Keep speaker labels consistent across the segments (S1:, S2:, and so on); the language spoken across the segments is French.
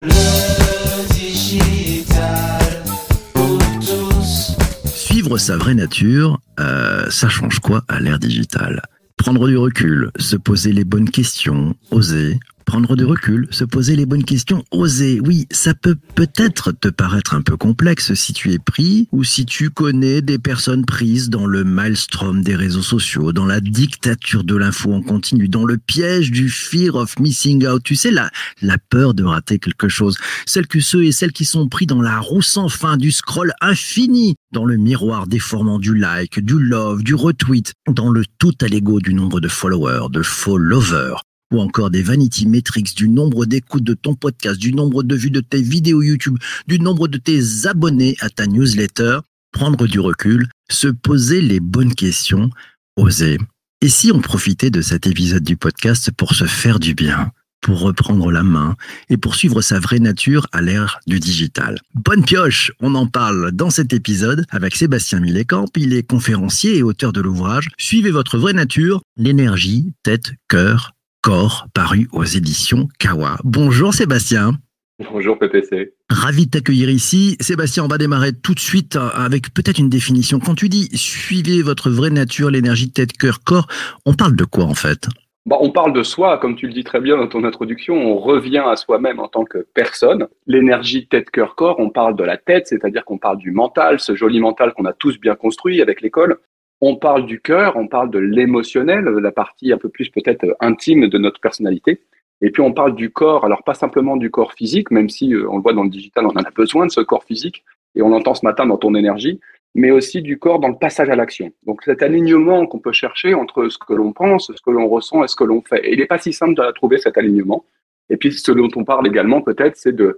S1: Le digital pour tous.
S2: Suivre sa vraie nature, ça change quoi à l'ère digitale? Prendre du recul, se poser les bonnes questions, oser. Prendre du recul, se poser les bonnes questions, oser. Oui, ça peut peut-être te paraître un peu complexe si tu es pris ou si tu connais des personnes prises dans le maelstrom des réseaux sociaux, dans la dictature de l'info en continu, dans le piège du fear of missing out. Tu sais, la peur de rater quelque chose. Celles que ceux et celles qui sont pris dans la roue sans fin du scroll infini, dans le miroir déformant du like, du love, du retweet, dans le tout à l'ego du nombre de followers, de followers, ou encore des vanity metrics, du nombre d'écoutes de ton podcast, du nombre de vues de tes vidéos YouTube, du nombre de tes abonnés à ta newsletter. Prendre du recul, se poser les bonnes questions, oser. Et si on profitait de cet épisode du podcast pour se faire du bien, pour reprendre la main et pour suivre sa vraie nature à l'ère du digital? Bonne pioche, on en parle dans cet épisode avec Sébastien Millecamp. Il est conférencier et auteur de l'ouvrage « Suivez votre vraie nature, l'énergie, tête, cœur, corps », paru aux éditions Kawa. Bonjour Sébastien.
S3: Bonjour PPC.
S2: Ravi de t'accueillir ici. Sébastien, on va démarrer tout de suite avec peut-être une définition. Quand tu dis « suivez votre vraie nature, l'énergie, tête, cœur, corps », on parle de quoi en fait ?
S3: On parle de soi, comme tu le dis très bien dans ton introduction, on revient à soi-même en tant que personne. L'énergie tête, cœur, corps, on parle de la tête, c'est-à-dire qu'on parle du mental, ce joli mental qu'on a tous bien construit avec l'école. On parle du cœur, on parle de l'émotionnel, la partie un peu plus peut-être intime de notre personnalité. Et puis on parle du corps, alors pas simplement du corps physique, même si on le voit dans le digital, on en a besoin de ce corps physique, et on l'entend ce matin dans ton énergie, mais aussi du corps dans le passage à l'action. Donc cet alignement qu'on peut chercher entre ce que l'on pense, ce que l'on ressent et ce que l'on fait. Et il n'est pas si simple de trouver cet alignement. Et puis ce dont on parle également peut-être, c'est de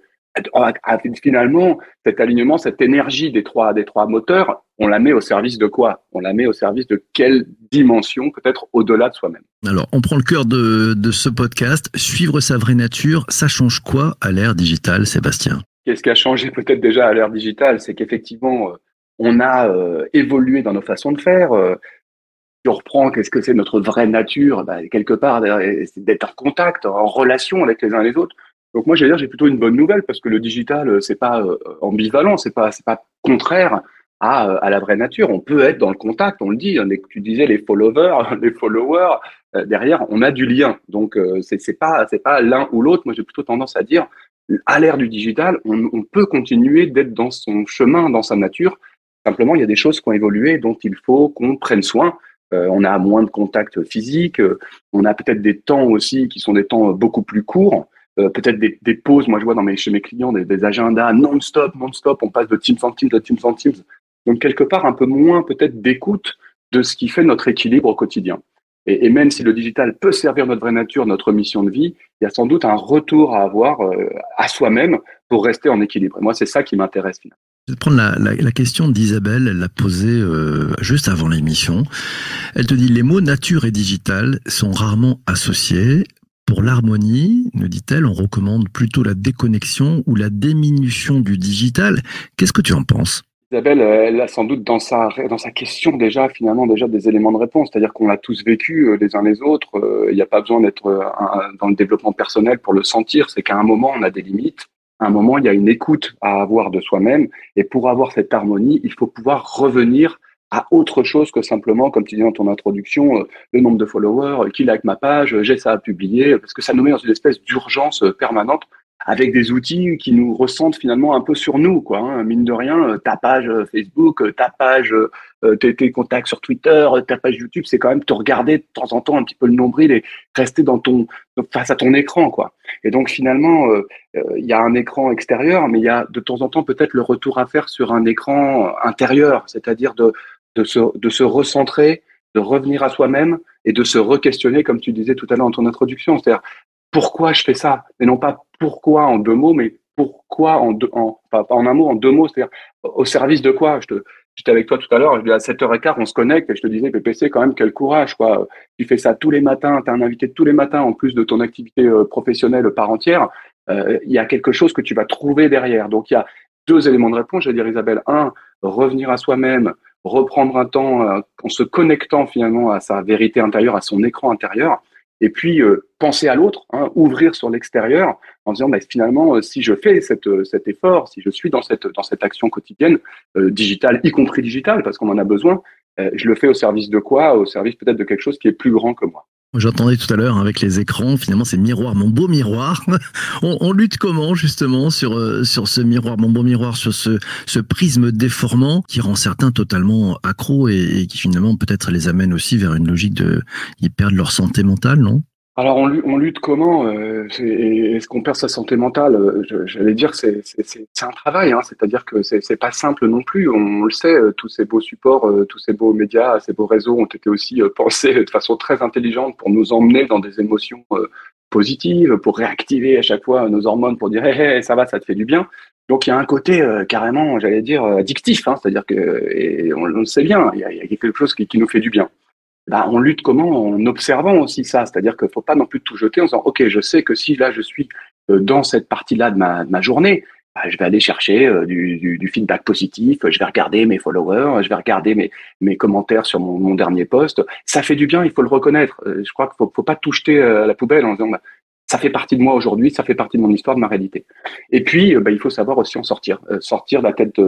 S3: finalement cet alignement, cette énergie des trois moteurs, on la met au service de quoi? On la met au service de quelle dimension, peut-être au-delà de soi-même?
S2: Alors, on prend le cœur de ce podcast. Suivre sa vraie nature, ça change quoi à l'ère digitale, Sébastien?
S3: Qu'est-ce qui a changé peut-être déjà à l'ère digitale? C'est qu'effectivement, on a évolué dans nos façons de faire. Si on reprend, qu'est-ce que c'est notre vraie nature? Quelque part, c'est d'être en contact, en relation avec les uns et les autres. Donc moi, je vais dire, j'ai plutôt une bonne nouvelle parce que le digital, c'est pas ambivalent, c'est pas contraire à la vraie nature. On peut être dans le contact, on le dit. Tu disais les followers, les followers. Derrière, on a du lien. Donc c'est pas l'un ou l'autre. Moi, j'ai plutôt tendance à dire, à l'ère du digital, on peut continuer d'être dans son chemin, dans sa nature. Simplement, il y a des choses qui ont évolué dont il faut qu'on prenne soin. On a moins de contacts physiques. On a peut-être des temps aussi qui sont des temps beaucoup plus courts. Peut-être des pauses. Moi, je vois chez mes clients des agendas non-stop. On passe de Teams en Teams. Donc, quelque part, un peu moins peut-être d'écoute de ce qui fait notre équilibre au quotidien. Et même si le digital peut servir notre vraie nature, notre mission de vie, il y a sans doute un retour à avoir à soi-même pour rester en équilibre. Et moi, c'est ça qui m'intéresse finalement.
S2: Je vais prendre la question d'Isabelle, elle l'a posée juste avant l'émission. Elle te dit « Les mots nature et digital sont rarement associés. Pour l'harmonie, nous dit-elle, on recommande plutôt la déconnexion ou la diminution du digital. Qu'est-ce que tu en penses ?»
S3: Isabelle, elle a sans doute dans sa question déjà des éléments de réponse, c'est-à-dire qu'on l'a tous vécu les uns les autres. Il n'y a pas besoin d'être dans le développement personnel pour le sentir. C'est qu'à un moment, on a des limites. À un moment, il y a une écoute à avoir de soi-même. Et pour avoir cette harmonie, il faut pouvoir revenir à autre chose que simplement, comme tu dis dans ton introduction, le nombre de followers, qui like ma page, j'ai ça à publier, parce que ça nous met dans une espèce d'urgence permanente avec des outils qui nous ressentent finalement un peu sur nous, quoi. Mine de rien, ta page Facebook, ta page, tes contacts sur Twitter, ta page YouTube, c'est quand même te regarder de temps en temps un petit peu le nombril et rester face à ton écran, quoi. Et donc finalement, il y a un écran extérieur, mais il y a de temps en temps peut-être le retour à faire sur un écran intérieur, c'est-à-dire de se recentrer, de revenir à soi-même et de se re-questionner, comme tu disais tout à l'heure dans ton introduction. C'est-à-dire, pourquoi je fais ça? Et non pas pourquoi en deux mots, mais pourquoi pas en un mot, en deux mots. C'est-à-dire, au service de quoi? J'étais avec toi tout à l'heure, à 7h15, on se connecte et je te disais, PPC, quand même, quel courage, quoi. Tu fais ça tous les matins, tu as un invité tous les matins, en plus de ton activité professionnelle par entière. Il y a quelque chose que tu vas trouver derrière. Donc, il y a deux éléments de réponse, je vais dire, Isabelle. Un, revenir à soi-même, reprendre un temps en se connectant finalement à sa vérité intérieure, à son écran intérieur. et puis penser à l'autre, hein, ouvrir sur l'extérieur en disant finalement si je fais cet effort, si je suis dans cette action quotidienne digitale, y compris digitale parce qu'on en a besoin, je le fais au service de quoi? Au service peut-être de quelque chose qui est plus grand que moi.
S2: J'entendais tout à l'heure avec les écrans, finalement c'est miroir, mon beau miroir. On lutte comment justement sur ce miroir, mon beau miroir, sur ce prisme déformant qui rend certains totalement accros et qui finalement peut-être les amène aussi vers une logique ils perdent leur santé mentale, non?
S3: Alors on lutte comment est-ce qu'on perd sa santé mentale? J'allais dire c'est un travail, hein, c'est-à-dire que c'est pas simple non plus. On le sait, tous ces beaux supports, tous ces beaux médias, ces beaux réseaux ont été aussi pensés de façon très intelligente pour nous emmener dans des émotions positives, pour réactiver à chaque fois nos hormones, pour dire hey, ça va, ça te fait du bien. Donc il y a un côté carrément, j'allais dire addictif, hein, c'est-à-dire que et on le sait bien, il y a quelque chose qui nous fait du bien. On lutte comment? En observant aussi ça, c'est-à-dire qu'il faut pas non plus tout jeter en disant ok, je sais que si là je suis dans cette partie-là de ma journée, je vais aller chercher du feedback positif, je vais regarder mes followers, je vais regarder mes commentaires sur mon dernier post. Ça fait du bien, il faut le reconnaître. Je crois qu'il faut pas tout jeter à la poubelle en disant ça fait partie de moi aujourd'hui, ça fait partie de mon histoire, de ma réalité. Et puis, il faut savoir aussi en sortir, sortir de la tête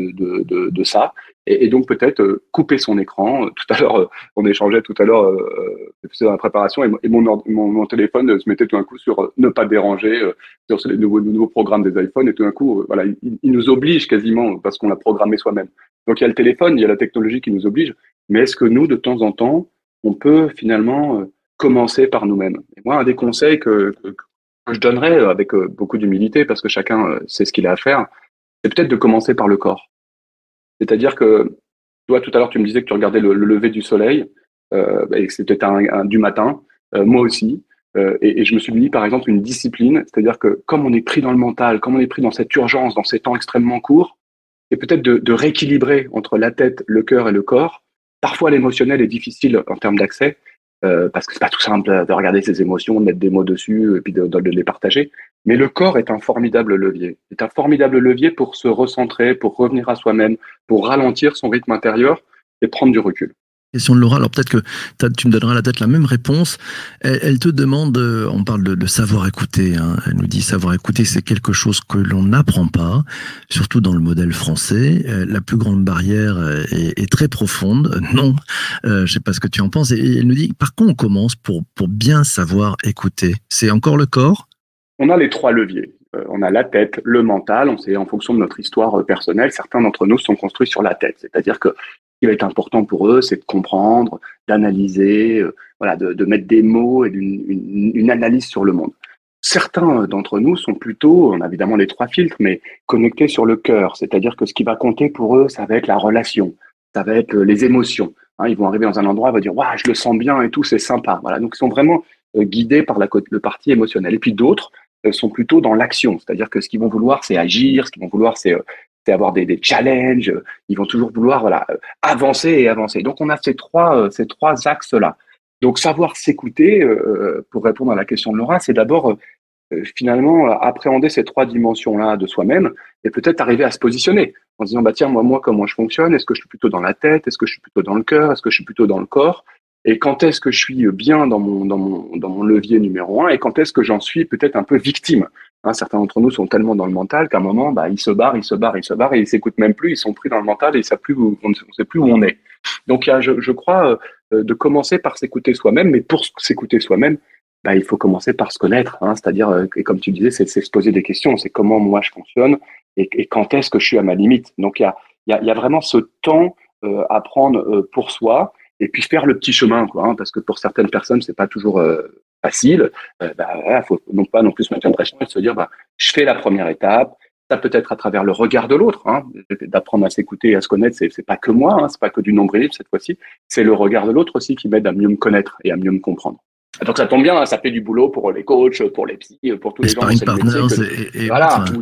S3: de ça, et donc peut-être couper son écran. Tout à l'heure, on échangeait tout à l'heure dans la préparation, et mon téléphone se mettait tout d'un coup sur ne pas déranger, sur les nouveaux programmes des iPhones, et tout d'un coup, voilà, il nous oblige quasiment parce qu'on l'a programmé soi-même. Donc il y a le téléphone, il y a la technologie qui nous oblige, mais est-ce que nous, de temps en temps, on peut finalement commencer par nous-mêmes? Et moi, un des conseils que je donnerais avec beaucoup d'humilité, parce que chacun sait ce qu'il a à faire, c'est peut-être de commencer par le corps. C'est-à-dire que, toi, tout à l'heure, tu me disais que tu regardais le lever du soleil, et que c'était du matin, moi aussi, et je me suis mis, par exemple, une discipline, c'est-à-dire que comme on est pris dans le mental, comme on est pris dans cette urgence, dans ces temps extrêmement courts, et peut-être de rééquilibrer entre la tête, le cœur et le corps. Parfois, l'émotionnel est difficile en termes d'accès, parce que c'est pas tout simple de regarder ses émotions, de mettre des mots dessus et puis de les partager. Mais le corps est un formidable levier. C'est un formidable levier pour se recentrer, pour revenir à soi-même, pour ralentir son rythme intérieur et prendre du recul.
S2: Question de Laura, alors peut-être que tu me donneras la tête la même réponse. Elle te demande, on parle de savoir écouter, hein. Elle nous dit savoir écouter, c'est quelque chose que l'on n'apprend pas, surtout dans le modèle français. La plus grande barrière est très profonde. Non, je sais pas ce que tu en penses. Et elle nous dit, par quoi on commence pour bien savoir écouter? C'est encore le corps?
S3: On a les trois leviers. On a la tête, le mental, on sait en fonction de notre histoire personnelle, certains d'entre nous sont construits sur la tête. C'est-à-dire que ce qui va être important pour eux, c'est de comprendre, d'analyser, voilà, de mettre des mots et une analyse sur le monde. Certains d'entre nous sont plutôt, on a évidemment les trois filtres, mais connectés sur le cœur. C'est-à-dire que ce qui va compter pour eux, ça va être la relation, ça va être les émotions. Hein, ils vont arriver dans un endroit, ils vont dire, waouh, je le sens bien et tout, c'est sympa. Voilà, donc ils sont vraiment guidés par le parti émotionnel. Et puis d'autres sont plutôt dans l'action, c'est-à-dire que ce qu'ils vont vouloir, c'est agir, ce qu'ils vont vouloir, c'est avoir des challenges, ils vont toujours vouloir avancer et avancer. Donc on a ces trois axes-là. Donc savoir s'écouter, pour répondre à la question de Laura, c'est d'abord finalement appréhender ces trois dimensions-là de soi-même et peut-être arriver à se positionner en se disant tiens, moi comment je fonctionne, est-ce que je suis plutôt dans la tête, est-ce que je suis plutôt dans le cœur, est-ce que je suis plutôt dans le corps, et quand est-ce que je suis bien dans mon levier numéro 1 et quand est-ce que j'en suis peut-être un peu victime. Hein, certains d'entre nous sont tellement dans le mental qu'à un moment ils se barrent et ils s'écoutent même plus, ils sont pris dans le mental et ils savent plus on ne sait plus où on est. Donc je crois de commencer par s'écouter soi-même, mais pour s'écouter soi-même, il faut commencer par se connaître, hein, c'est-à-dire, et comme tu disais, c'est se poser des questions, c'est comment moi je fonctionne et quand est-ce que je suis à ma limite. Donc il y a vraiment ce temps à prendre pour soi et puis faire le petit chemin, quoi, hein, parce que pour certaines personnes c'est pas toujours facile. Faut pas non plus se mettre une pression et se dire je fais la première étape. Ça peut être à travers le regard de l'autre, hein, d'apprendre à s'écouter et à se connaître. C'est pas que moi, hein, c'est pas que du nombril cette fois-ci. C'est le regard de l'autre aussi qui m'aide à mieux me connaître et à mieux me comprendre. Donc ça tombe bien, hein, ça fait du boulot pour les coachs, pour les psys, pour tous les gens dans
S2: sparring
S3: cette métier.
S2: partners et voilà,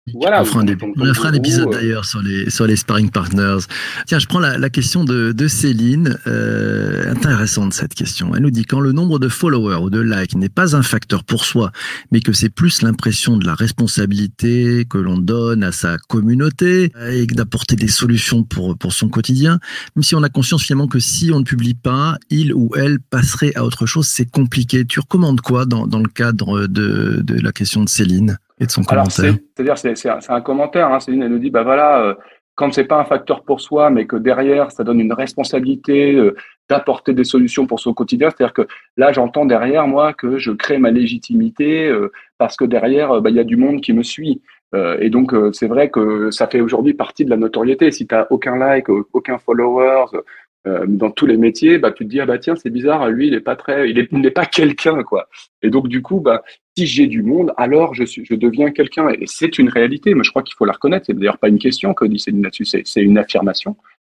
S3: Voilà, ou
S2: On fera un épisode
S3: gourou.
S2: d'ailleurs sur les sparring partners. Tiens, je prends la question de Céline. Intéressante cette question. Elle nous dit quand le nombre de followers ou de likes n'est pas un facteur pour soi, mais que c'est plus l'impression de la responsabilité que l'on donne à sa communauté et d'apporter des solutions pour son quotidien. Même si on a conscience finalement que si on ne publie pas, il ou elle passerait à autre chose, c'est compliqué. Tu recommandes quoi dans le cadre de la question de Céline et de son
S3: Alors,
S2: commentaire?
S3: c'est un commentaire, hein. Céline, elle nous dit, bah voilà, comme c'est pas un facteur pour soi, mais que derrière, ça donne une responsabilité d'apporter des solutions pour son quotidien. C'est-à-dire que là, j'entends derrière, moi, que je crée ma légitimité parce que derrière, bah, il y a du monde qui me suit. Et donc, c'est vrai que ça fait aujourd'hui partie de la notoriété. Si tu n'as aucun like, aucun follower dans tous les métiers, bah, tu te dis, ah bah tiens, c'est bizarre, lui, il n'est pas quelqu'un, quoi. Et donc, du coup, bah, si j'ai du monde, alors je deviens quelqu'un. Et c'est une réalité, mais je crois qu'il faut la reconnaître. C'est d'ailleurs pas une question que dit Céline là-dessus, c'est une affirmation.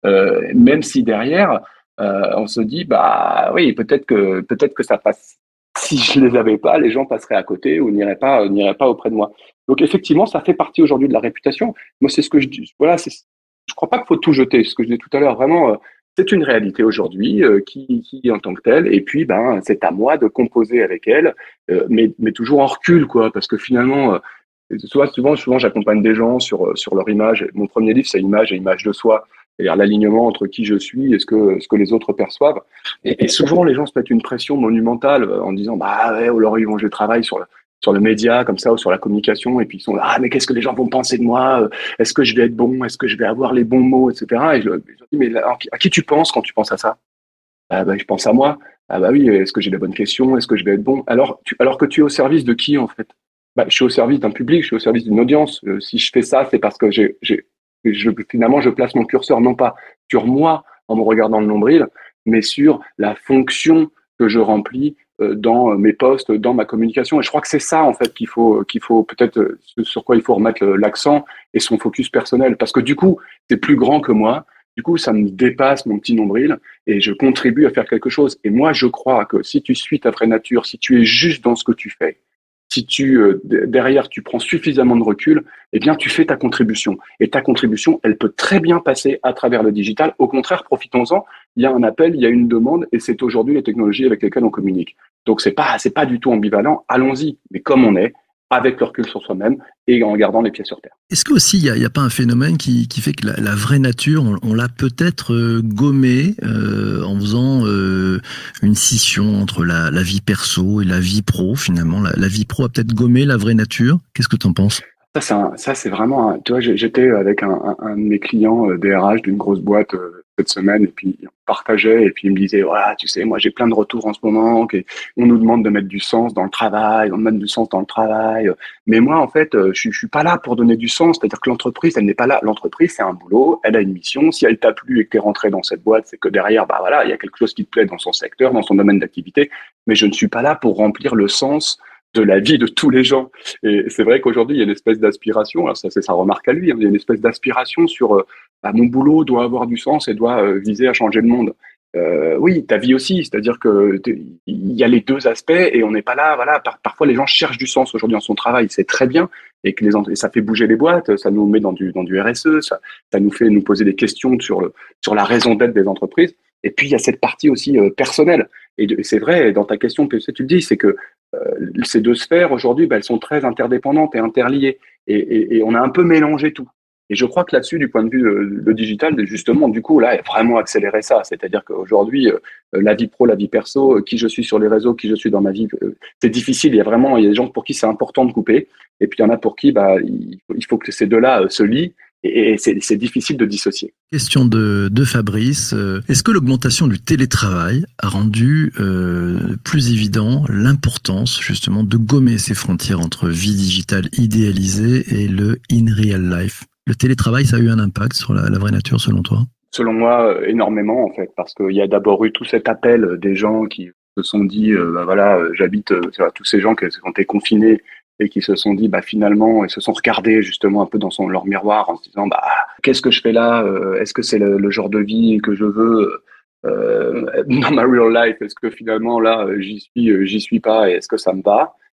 S3: Même si derrière, on se dit, bah oui, peut-être que ça passe. Si je les avais pas, les gens passeraient à côté ou n'iraient pas auprès de moi. Donc effectivement, ça fait partie aujourd'hui de la réputation. Moi, c'est ce que je dis. Voilà, je crois pas qu'il faut tout jeter. Ce que je disais tout à l'heure, vraiment. C'est une réalité aujourd'hui qui en tant que telle, et puis ben c'est à moi de composer avec elle, mais toujours en recul, quoi, parce que finalement, souvent j'accompagne des gens sur leur image. Mon premier livre, c'est image et image de soi, c'est-à-dire l'alignement entre qui je suis et ce que les autres perçoivent. Et souvent les gens se mettent une pression monumentale en disant bah ouais, alors ils vont, je travaille sur le média comme ça ou sur la communication, et puis ils sont là, ah mais qu'est-ce que les gens vont penser de moi, est-ce que je vais être bon, est-ce que je vais avoir les bons mots, etc. Et je dis mais à qui tu penses quand tu penses à ça? Ah bah je pense à moi. Ah bah oui, est-ce que j'ai les bonnes questions, est-ce que je vais être bon? Alors que tu es au service de qui en fait? Bah je suis au service d'un public, je suis au service d'une audience. Si je fais ça, c'est parce que finalement je place mon curseur non pas sur moi en me regardant le nombril, mais sur la fonction que je remplis dans mes posts, dans ma communication. Et je crois que c'est ça en fait qu'il faut peut-être sur quoi il faut remettre l'accent et son focus personnel, parce que du coup c'est plus grand que moi. Du coup, ça me dépasse mon petit nombril et je contribue à faire quelque chose. Et moi, je crois que si tu suis ta vraie nature, si tu es juste dans ce que tu fais, si derrière tu prends suffisamment de recul, eh bien tu fais ta contribution. Et ta contribution, elle peut très bien passer à travers le digital. Au contraire, profitons-en. Il y a un appel, il y a une demande, et c'est aujourd'hui les technologies avec lesquelles on communique. Donc c'est pas du tout ambivalent. Allons-y, mais comme on est, avec le recul sur soi-même et en gardant les pieds sur terre.
S2: Est-ce que aussi il y a pas un phénomène qui fait que la vraie nature, on l'a peut-être gommée en faisant une scission entre la vie perso et la vie pro, finalement. La vie pro a peut-être gommé la vraie nature. Qu'est-ce que tu en penses?
S3: Ça, c'est vraiment, tu vois, j'étais avec un de mes clients DRH d'une grosse boîte cette semaine, et puis on partageait, et puis il me disait, voilà, tu sais, moi j'ai plein de retours en ce moment, on nous demande de mettre du sens dans le travail, on demande du sens dans le travail, mais moi en fait, je suis pas là pour donner du sens, c'est-à-dire que l'entreprise, elle n'est pas là, l'entreprise c'est un boulot, elle a une mission, si elle t'a plu et que t'es rentré dans cette boîte, c'est que derrière, bah voilà, il y a quelque chose qui te plaît dans son secteur, dans son domaine d'activité, mais je ne suis pas là pour remplir le sens de la vie de tous les gens. Et c'est vrai qu'aujourd'hui, il y a une espèce d'aspiration, alors ça c'est sa remarque à lui, hein, il y a une espèce d'aspiration sur bah, mon boulot doit avoir du sens et doit viser à changer le monde. Oui, ta vie aussi, c'est-à-dire que il y a les deux aspects et on n'est pas là, voilà, parfois les gens cherchent du sens aujourd'hui dans son travail, c'est très bien, et que et ça fait bouger les boîtes, ça nous met dans du RSE, ça nous fait nous poser des questions sur la raison d'être des entreprises. Et puis il y a cette partie aussi personnelle. Et c'est vrai, dans ta question, tu le dis, c'est que ces deux sphères aujourd'hui, bah, elles sont très interdépendantes et interliées. Et on a un peu mélangé tout. Et je crois que là-dessus, du point de vue le digital, justement, du coup, là, a vraiment accéléré ça. C'est-à-dire qu'aujourd'hui, la vie pro, la vie perso, qui je suis sur les réseaux, qui je suis dans ma vie, c'est difficile. Il y a des gens pour qui c'est important de couper. Et puis, il y en a pour qui, bah, il faut que ces deux-là se lient. Et c'est difficile de dissocier.
S2: Question de Fabrice. Est-ce que l'augmentation du télétravail a rendu plus évident l'importance justement de gommer ces frontières entre vie digitale idéalisée et le in real life? Le télétravail, ça a eu un impact sur la vraie nature selon toi?
S3: Selon moi, énormément en fait, parce qu'il y a d'abord eu tout cet appel des gens qui se sont dit, bah voilà, j'habite, tous ces gens qui ont été confinés et qui se sont dit, bah finalement, ils se sont regardés justement un peu dans leur miroir en se disant, bah qu'est-ce que je fais là? Est-ce que c'est le genre de vie que je veux dans ma real life? Est-ce que finalement là, j'y suis pas, et est-ce que ça me va?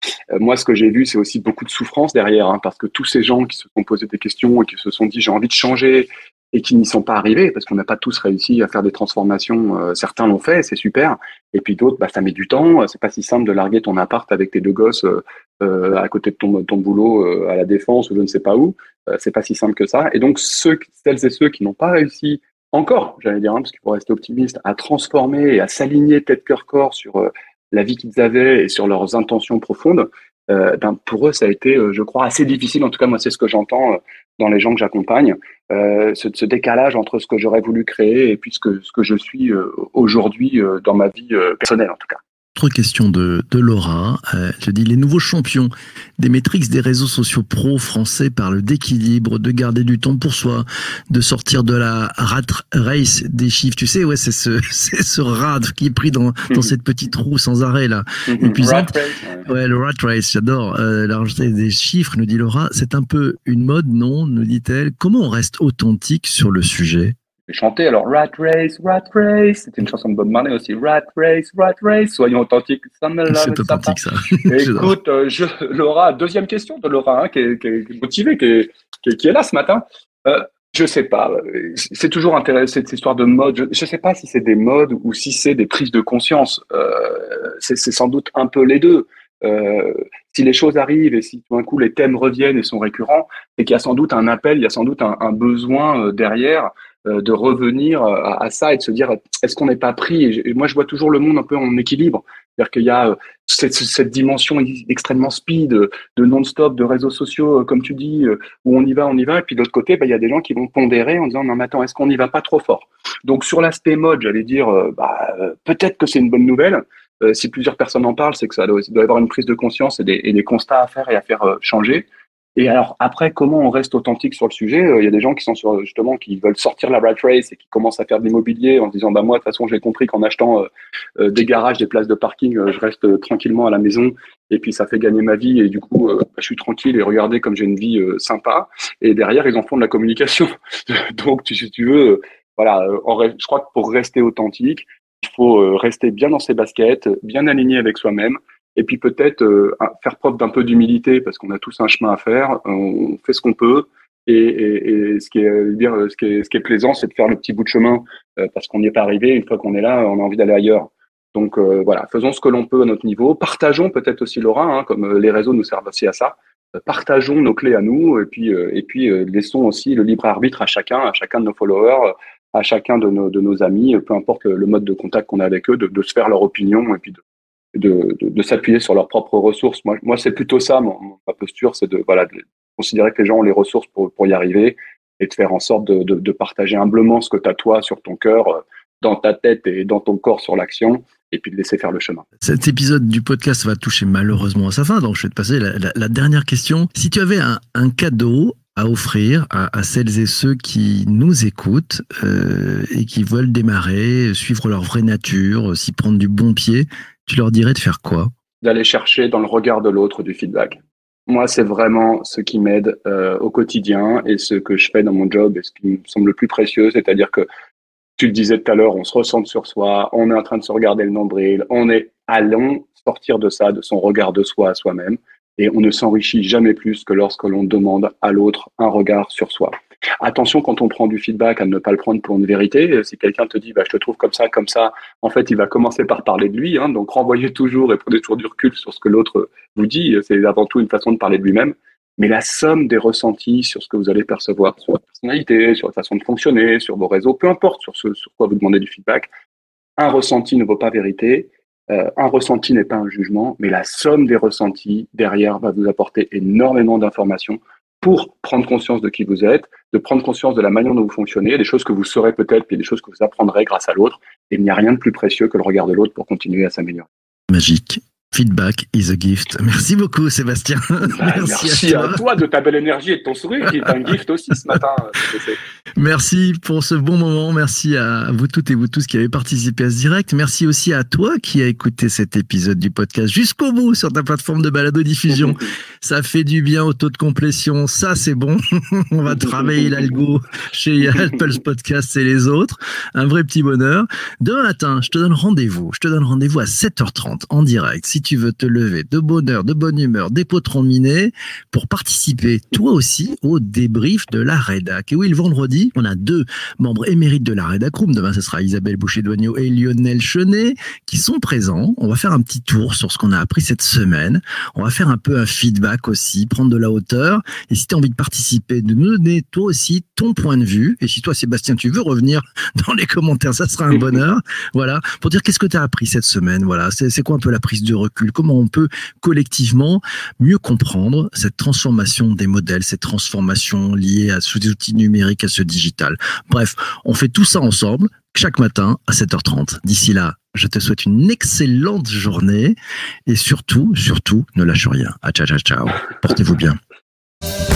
S3: Moi, ce que j'ai vu, c'est aussi beaucoup de souffrance derrière, hein, parce que tous ces gens qui se sont posés des questions et qui se sont dit j'ai envie de changer et qui n'y sont pas arrivés, parce qu'on n'a pas tous réussi à faire des transformations. Certains l'ont fait, c'est super, et puis d'autres, ça met du temps. C'est pas si simple de larguer ton appart avec tes 2 gosses à côté de ton boulot à la Défense ou je ne sais pas où. C'est pas si simple que ça. Et donc celles et ceux qui n'ont pas réussi encore, j'allais dire, hein, parce qu'il faut rester optimiste, à transformer et à s'aligner tête, cœur, corps sur la vie qu'ils avaient et sur leurs intentions profondes, pour eux, ça a été, je crois, assez difficile. En tout cas, moi, c'est ce que j'entends dans les gens que j'accompagne, ce décalage entre ce que j'aurais voulu créer et puis ce que je suis aujourd'hui dans ma vie personnelle, en tout cas.
S2: Autre question de Laura. Je dis, les nouveaux champions des métriques des réseaux sociaux pro français parlent d'équilibre, de garder du temps pour soi, de sortir de la rat race des chiffres. Tu sais, ouais, c'est ce rat qui est pris dans cette petite roue sans arrêt, là. Épuisante. Ouais, le rat race, j'adore. La rejeter des chiffres, nous dit Laura. C'est un peu une mode, non? Nous dit-elle. Comment on reste authentique sur le sujet?
S3: J'ai chanté alors Rat Race, c'était une chanson de Bob Marley aussi. Rat Race, soyons authentiques.
S2: C'est authentique ça.
S3: Écoute, Laura, deuxième question de Laura, hein, qui est motivée, qui est là ce matin. Je sais pas. C'est toujours intéressant cette histoire de mode. Je sais pas si c'est des modes ou si c'est des prises de conscience. C'est sans doute un peu les deux. Si les choses arrivent et si tout d'un coup les thèmes reviennent et sont récurrents, c'est qu'il y a sans doute un appel, il y a sans doute un besoin derrière de revenir à ça et de se dire est-ce qu'on n'est pas pris, et moi je vois toujours le monde un peu en équilibre, c'est-à-dire qu'il y a cette dimension extrêmement speed de non-stop, de réseaux sociaux comme tu dis, où on y va, et puis de l'autre côté il y a des gens qui vont pondérer en disant non mais attends, est-ce qu'on n'y va pas trop fort? Donc sur l'aspect mode, j'allais dire peut-être que c'est une bonne nouvelle. Si plusieurs personnes en parlent, c'est que ça doit y avoir une prise de conscience et des constats à faire et à faire changer. Et alors après, comment on reste authentique sur le sujet? Il y a des gens qui sont justement qui veulent sortir la rat race et qui commencent à faire de l'immobilier en se disant moi de toute façon j'ai compris qu'en achetant des garages, des places de parking, je reste tranquillement à la maison et puis ça fait gagner ma vie et du coup je suis tranquille et regardez comme j'ai une vie sympa. Et derrière ils en font de la communication. Donc si tu veux, voilà, je crois que pour rester authentique, il faut rester bien dans ses baskets, bien aligné avec soi-même. Et puis peut-être faire preuve d'un peu d'humilité parce qu'on a tous un chemin à faire. On fait ce qu'on peut et ce qui est plaisant, c'est de faire le petit bout de chemin parce qu'on n'y est pas arrivé. Une fois qu'on est là, on a envie d'aller ailleurs. Donc voilà, faisons ce que l'on peut à notre niveau. Partageons peut-être aussi Laura, hein, comme les réseaux nous servent aussi à ça. Partageons nos clés à nous et puis laissons aussi le libre arbitre à chacun de nos followers, à chacun de nos amis, peu importe le mode de contact qu'on a avec eux, de se faire leur opinion et puis de s'appuyer sur leurs propres ressources. Moi, c'est plutôt ça, ma posture, c'est de considérer que les gens ont les ressources pour y arriver et de faire en sorte de partager humblement ce que tu as toi sur ton cœur, dans ta tête et dans ton corps sur l'action, et puis de laisser faire le chemin.
S2: Cet épisode du podcast va toucher malheureusement à sa fin, donc je vais te passer la dernière question. Si tu avais un cadeau à offrir à celles et ceux qui nous écoutent et qui veulent démarrer, suivre leur vraie nature, s'y prendre du bon pied, tu leur dirais de faire quoi? D'aller chercher dans le regard de l'autre du feedback. Moi, c'est vraiment ce qui m'aide au quotidien et ce que je fais dans mon job et ce qui me semble le plus précieux, c'est-à-dire que tu le disais tout à l'heure, on se ressent sur soi, on est en train de se regarder le nombril, allons sortir de ça, de son regard de soi à soi-même, et on ne s'enrichit jamais plus que lorsque l'on demande à l'autre un regard sur soi. Attention quand on prend du feedback à ne pas le prendre pour une vérité. Si quelqu'un te dit je te trouve comme ça, en fait il va commencer par parler de lui, hein, donc renvoyez toujours et prenez toujours du recul sur ce que l'autre vous dit, c'est avant tout une façon de parler de lui-même. Mais la somme des ressentis sur ce que vous allez percevoir, sur votre personnalité, sur votre façon de fonctionner, sur vos réseaux, peu importe sur quoi vous demandez du feedback, un ressenti ne vaut pas vérité, un ressenti n'est pas un jugement, mais la somme des ressentis derrière va vous apporter énormément d'informations pour prendre conscience de qui vous êtes, de prendre conscience de la manière dont vous fonctionnez, des choses que vous saurez peut-être, puis des choses que vous apprendrez grâce à l'autre. Et il n'y a rien de plus précieux que le regard de l'autre pour continuer à s'améliorer. Magique. Feedback is a gift. Merci beaucoup, Sébastien.
S3: Merci à toi de ta belle énergie et de ton sourire qui est un gift aussi ce matin.
S2: Merci pour ce bon moment. Merci à vous toutes et vous tous qui avez participé à ce direct. Merci aussi à toi qui as écouté cet épisode du podcast jusqu'au bout sur ta plateforme de balado-diffusion. Ça fait du bien au taux de complétion. Ça, c'est bon. On va travailler l'algo chez Apple Podcasts et les autres. Un vrai petit bonheur. Demain matin, je te donne rendez-vous à 7h30 en direct. Si tu veux te lever de bonne heure, de bonne humeur, des potrons minés, pour participer toi aussi au débrief de la rédac. Et oui, le vendredi, on a 2 membres émérites de la rédac room. Demain, ce sera Isabelle Boucher-Doigneau et Lionel Chenet qui sont présents. On va faire un petit tour sur ce qu'on a appris cette semaine. On va faire un peu un feedback aussi, prendre de la hauteur. Et si tu as envie de participer, de nous donner toi aussi ton point de vue. Et si toi, Sébastien, tu veux revenir dans les commentaires, ça sera un bonheur. Voilà, pour dire qu'est-ce que tu as appris cette semaine. Voilà, c'est quoi un peu la prise de recul? Comment on peut collectivement mieux comprendre cette transformation des modèles, cette transformation liée à ces outils numériques, à ce digital. Bref, on fait tout ça ensemble chaque matin à 7h30. D'ici là, je te souhaite une excellente journée et surtout, ne lâche rien. Ciao, ciao, ciao. Portez-vous bien.